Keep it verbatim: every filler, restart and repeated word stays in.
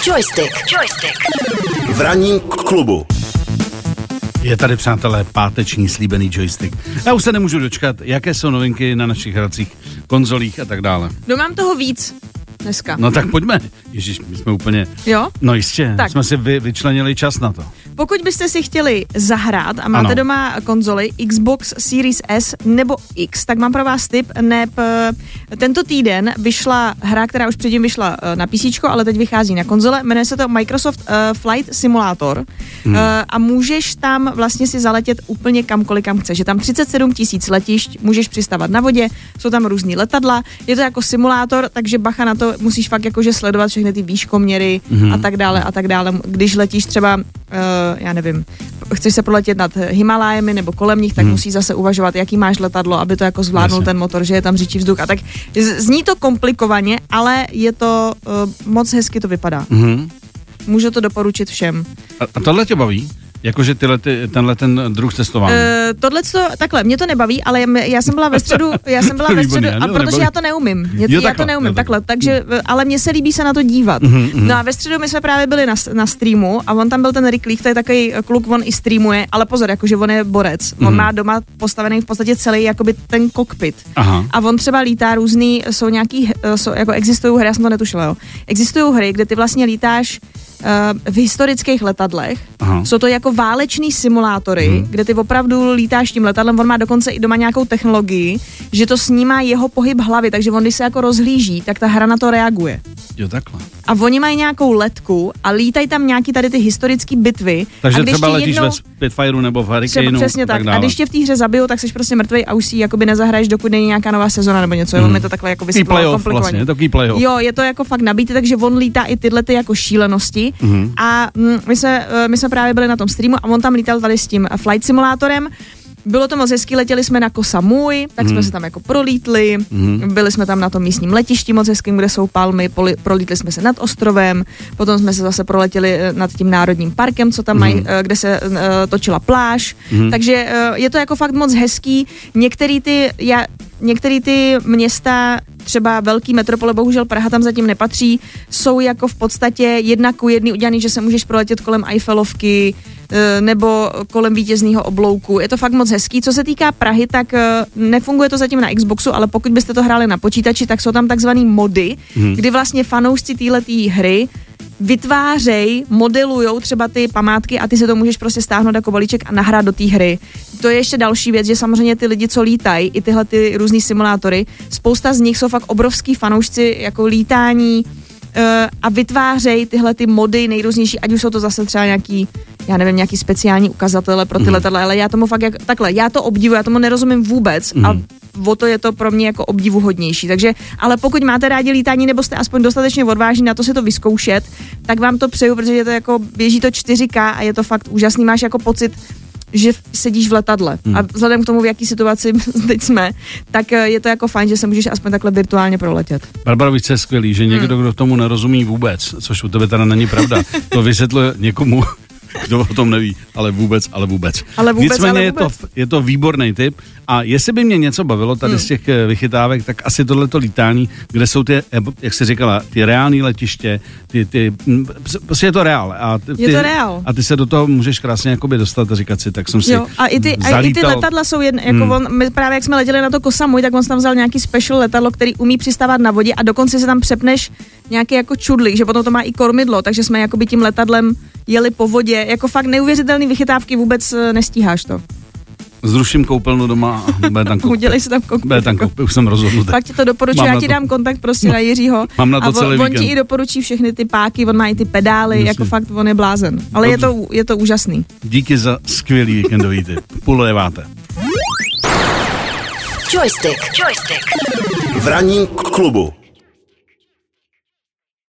Joystick. Joystick. V ranním klubu. Je tady, přátelé, páteční slíbený joystick. Já už se nemůžu dočkat, jaké jsou novinky na našich hracích konzolích a tak dále. No mám toho víc dneska. No tak pojďme. Ježiš, my jsme úplně... Jo? No jistě, tak. jsme si vy, vyčlenili čas na to. Pokud byste si chtěli zahrát a máte ano. doma konzoli Xbox Series S nebo X, tak mám pro vás tip, neb tento týden vyšla hra, která už předtím vyšla na PCčko, ale teď vychází na konzole, jmenuje se to Microsoft uh, Flight Simulator hmm. uh, a můžeš tam vlastně si zaletět úplně kamkoliv, kam chceš. Je tam třicet sedm tisíc letišť, můžeš přistavat na vodě, jsou tam různý letadla, je to jako simulátor, takže bacha na to, musíš fakt jakože sledovat všechny ty výškoměry hmm. a tak dále a tak dále. Když letíš třeba uh, já nevím, chceš se proletět nad Himalájemi nebo kolem nich, tak hmm. musíš zase uvažovat, jaký máš letadlo, aby to jako zvládnul ten motor, že je tam řičí vzduch. A tak zní to komplikovaně, ale je to uh, moc hezky to vypadá. Hmm. Můžu to doporučit všem. A, a tohle tě baví? Jakože tyhle, ty, tenhle ten druh testování. Uh, tohle to, takhle, mě to nebaví, ale já jsem byla ve středu, já jsem byla ve středu, a protože já to neumím, mě, jo, já to neumím, takhle, takže, takže, ale mně se líbí se na to dívat. Mm-hmm. No a ve středu my jsme právě byli na, na streamu a on tam byl ten Rick League, to je takový kluk, on i streamuje, ale pozor, jakože on je borec, mm-hmm. on má doma postavený v podstatě celý jakoby ten kokpit. Aha. A on třeba lítá různý, jsou nějaký, jsou, jako existují hry, já jsem to netušila, jo, existují hry, kde ty vlastně lítáš v historických letadlech. Aha. Jsou to jako váleční simulátory, hmm. kde ty opravdu lítáš tím letadlem, on má dokonce i doma nějakou technologii, že to snímá jeho pohyb hlavy, takže on, když se jako rozhlíží, tak ta hra na to reaguje. Jo, takhle. A oni mají nějakou letku a lítají tam nějaký tady ty historické bitvy. Takže třeba letíš jednou, ve Spitfireu nebo v Hurricaneu. Přesně tak. tak a když tě v té hře zabijou, tak jsi prostě mrtvej a už si jakoby nezahraješ, dokud není nějaká nová sezona nebo něco. Hmm. On mi to takhle jako vysvětloval komplikovaně. Vlastně, je to key playoff. Jo, je to jako fakt nabíté, takže on lítá i tyhle ty jako šílenosti. Hmm. A mm, my, jsme, my jsme právě byli na tom streamu a on tam lítal tady s tím flight simulátorem. Bylo to moc hezký, letěli jsme na Koh Samui, tak mm. jsme se tam jako prolítli, mm. byli jsme tam na tom místním letišti moc hezkým, kde jsou palmy, poli, prolítli jsme se nad ostrovem, potom jsme se zase proletěli nad tím národním parkem, co tam mm. mají, kde se uh, točila pláž, mm. takže uh, je to jako fakt moc hezký. Některý ty, já, některý ty města, třeba velký metropole, bohužel Praha tam zatím nepatří, jsou jako v podstatě jedna ku jedný udělaný, že se můžeš proletět kolem Eiffelovky nebo kolem vítězného oblouku. Je to fakt moc hezký. Co se týká Prahy, tak nefunguje to zatím na Xboxu, ale pokud byste to hráli na počítači, tak jsou tam takzvaný mody, hmm. kdy vlastně fanoušci téhletý hry vytvářej, modelujou třeba ty památky a ty se to můžeš prostě stáhnout jako balíček a nahrát do té hry. To je ještě další věc, že samozřejmě ty lidi, co lítají, i tyhle ty různý simulátory, spousta z nich jsou fakt obrovský fanoušci jako lítání uh, a vytvářejí tyhle ty mody nejrůznější, ať už jsou to zase třeba nějaký, já nevím, nějaký speciální ukazatele pro ty mm. letadla, ale já tomu fakt jak, takhle, já to obdivuji, já tomu nerozumím vůbec mm. a o to je to pro mě jako obdivuhodnější. Takže, ale pokud máte rádi lítání nebo jste aspoň dostatečně odvážní na to si to vyzkoušet, tak vám to přeju, protože je to jako, běží to čtyři ká a je to fakt úžasný. Máš jako pocit, že sedíš v letadle. Hmm. A vzhledem k tomu, v jaký situaci teď jsme, tak je to jako fajn, že se můžeš aspoň takhle virtuálně proletět. Barbaro, víš, co je skvělý, že někdo, kdo tomu nerozumí vůbec, což u tebe teda není pravda, to vysvětluje někomu, kdo o tom neví, ale vůbec, ale vůbec. Ale vůbec Nicméně ale je, vůbec. To, je to výborný tip a jestli by mě něco bavilo tady hmm. z těch vychytávek, tak asi tohleto lítání, kde jsou ty, jak jsi říkala, ty reální letiště, ty, ty, prostě je to reál. A ty, je to reál. A ty se do toho můžeš krásně jakoby dostat a říkat si, tak jsem si jo, a i ty, zalítal. A i ty letadla jsou jedno, jako hmm. on, my právě jak jsme letěli na to Koh Samui, tak on tam vzal nějaký special letadlo, který umí přistávat na vodě a dokonce se tam přepneš nějaký jako čudlík, že potom to má i kormidlo, takže jsme jakoby tím letadlem jeli po vodě, jako fakt neuvěřitelný vychytávky, vůbec nestíháš to. Zruším koupelnu doma a bude tam koupit. Udělej si tam koupit. Bude tam koupit, už jsem rozhodnutý. Fakt ti to doporučuji, já ti to... dám kontakt prostě na Jiřího. Mám na to a celý on, on víkend. ti i doporučí všechny ty páky, on má i ty pedály, Myslím. jako fakt on je blázen. Ale je to, je to úžasný. Díky za skvělý víkendový tip. Půl deváté. Joystick. Joystick. V ranním klubu.